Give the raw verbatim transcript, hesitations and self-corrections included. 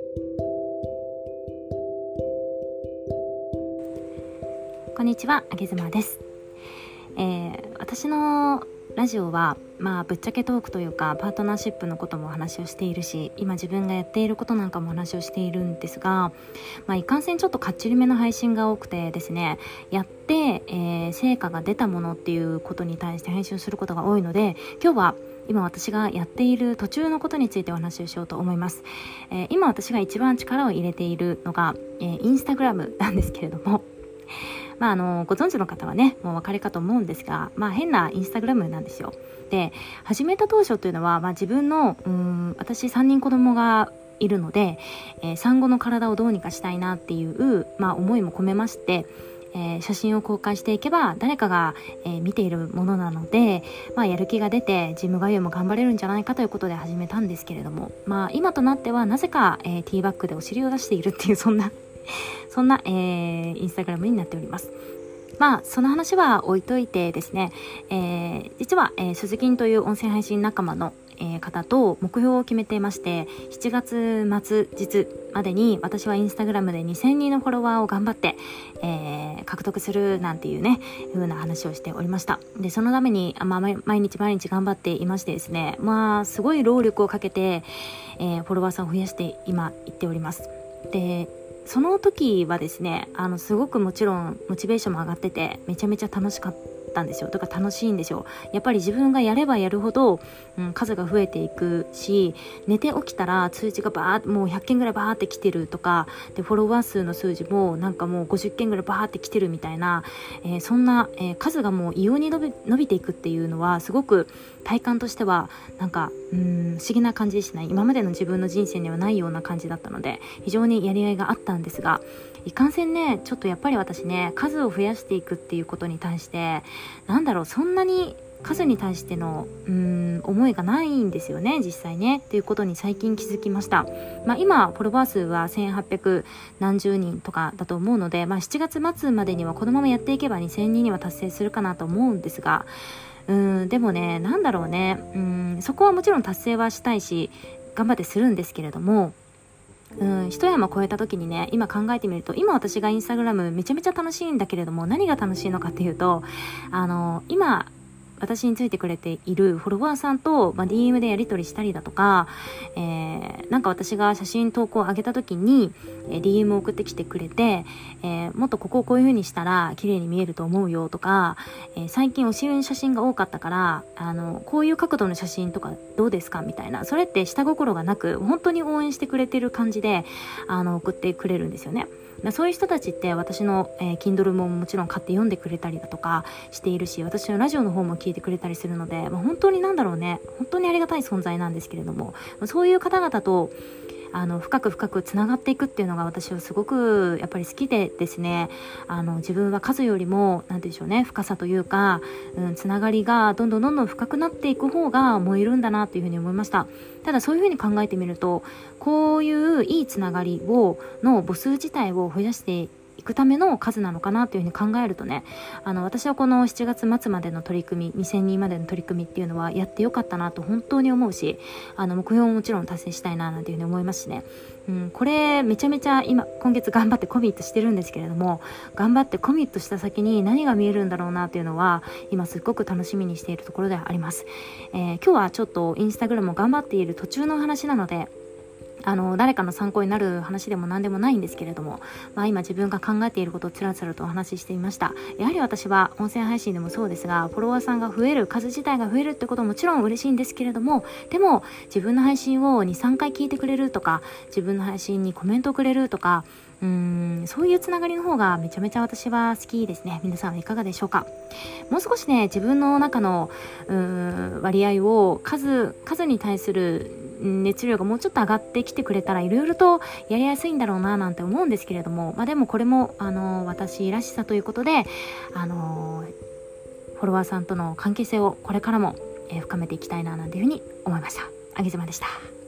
こんにちは、あげずまです。えー、私のラジオは、まあ、ぶっちゃけトークというかパートナーシップのこともお話をしているし、今自分がやっていることなんかもお話をしているんですが、まあ、いかんせんちょっとかっちりめの配信が多くてですね、やって、えー、成果が出たものっていうことに対して配信をすることが多いので、今日は今私がやっている途中のことについてお話をしようと思います。えー、今私が一番力を入れているのが、えー、インスタグラムなんですけれども、まあ、あのご存知の方はねもうお分かりかと思うんですが、まあ、変なインスタグラムなんですよ。で、始めた当初というのは、まあ、自分のうーん私さんにん子供がいるので、えー、産後の体をどうにかしたいなっていう、まあ、思いも込めまして、えー、写真を公開していけば誰かが、えー、見ているものなので、まあ、やる気が出てジム通いも頑張れるんじゃないかということで始めたんですけれども、まあ、今となってはなぜか、えー、ティーバッグでお尻を出しているっていうそんなそんな、えー、インスタグラムになっております。まあその話は置いといてですね、えー、実は、えー、鈴木という音声配信仲間の、えー、方と目標を決めていまして、しちがつ末日までに私はインスタグラムでにせんにんのフォロワーを頑張って、えー、獲得するなんていうね風な話をしておりました。で、そのために、まあ、毎日毎日頑張っていましてですね、まあすごい労力をかけて、えー、フォロワーさんを増やして今いっております。で、その時はですね、あのすごくもちろんモチベーションも上がっててめちゃめちゃ楽しかったんですよ。とか楽しいんですよ。やっぱり自分がやればやるほど、うん、数が増えていくし、寝て起きたら通知がバーッもうひゃっけんぐらいバーって来てるとかで、フォロワー数の数字もなんかもうごじゅっけんぐらいバーって来てるみたいな、えー、そんな、えー、数がもう異様に伸び、伸びていくっていうのはすごく体感としてはなんかうーん不思議な感じでしたね。今までの自分の人生にはないような感じだったので非常にやりがいがあったんですが、いかんせんねちょっとやっぱり私ね数を増やしていくっていうことに対してなんだろうそんなに数に対してのうーん思いがないんですよね実際ねっていうことに最近気づきました。まあ、今フォロワー数はせんはっぴゃくなんじゅうにんとかだと思うので、まあ、しちがつ末までにはこのままやっていけばにせんにんには達成するかなと思うんですが、うーんでもねなんだろうねうーんそこはもちろん達成はしたいし頑張ってするんですけれども、うん一山越えた時にね今考えてみると、今私がインスタグラムめちゃめちゃ楽しいんだけれども、何が楽しいのかっていうと、あの今私についてくれているフォロワーさんと、まあ、ディーエム でやり取りしたりだとか、えー、なんか私が写真投稿を上げた時に、えー、ディーエム を送ってきてくれて、えー、もっとここをこういう風にしたら綺麗に見えると思うよとか、えー、最近お尻の写真が多かったからあのこういう角度の写真とかどうですかみたいな、それって下心がなく本当に応援してくれてる感じであの送ってくれるんですよね。そういう人たちって私の、えー、Kindle ももちろん買って読んでくれたりだとかしているし、私のラジオの方も聞いてくれたりするので、まあ、本当になんだろうね本当にありがたい存在なんですけれども、そういう方々とあの深く深くつながっていくっていうのが私はすごくやっぱり好きでですね、あの自分は数よりもなんていうんでしょうね、深さというか、うん、つながりがどんどんどんどん深くなっていく方が燃えるんだなというふうに思いました。ただそういうふうに考えてみると、こういういいつながりをの母数自体を増やしていくための数なのかなというふうに考えるとね、あの私はこのしちがつ末までの取り組みにせんにんまでの取り組みっていうのはやってよかったなと本当に思うし、あの目標ももちろん達成したいななんていうふうに思いますしね、うん、これめちゃめちゃ今今月頑張ってコミットしてるんですけれども、頑張ってコミットした先に何が見えるんだろうなというのは今すっごく楽しみにしているところではあります。えー、今日はちょっとインスタグラムを頑張っている途中の話なので、あの誰かの参考になる話でも何でもないんですけれども、まあ、今自分が考えていることをつらつらとお話ししてみました。やはり私は音声配信でもそうですが、フォロワーさんが増える、数自体が増えるってことももちろん嬉しいんですけれども、でも自分の配信をにさんかい聞いてくれるとか、自分の配信にコメントくれるとか、うーんそういうつながりの方がめちゃめちゃ私は好きですね。皆さんはいかがでしょうか。もう少しね自分の中のうーん割合を数数に対する熱量がもうちょっと上がってきてくれたらいろいろとやりやすいんだろうななんて思うんですけれども、まあでもこれもあの私らしさということで、あのフォロワーさんとの関係性をこれからも、えー深めていきたいななんていうふうに思いました。あげずまでした。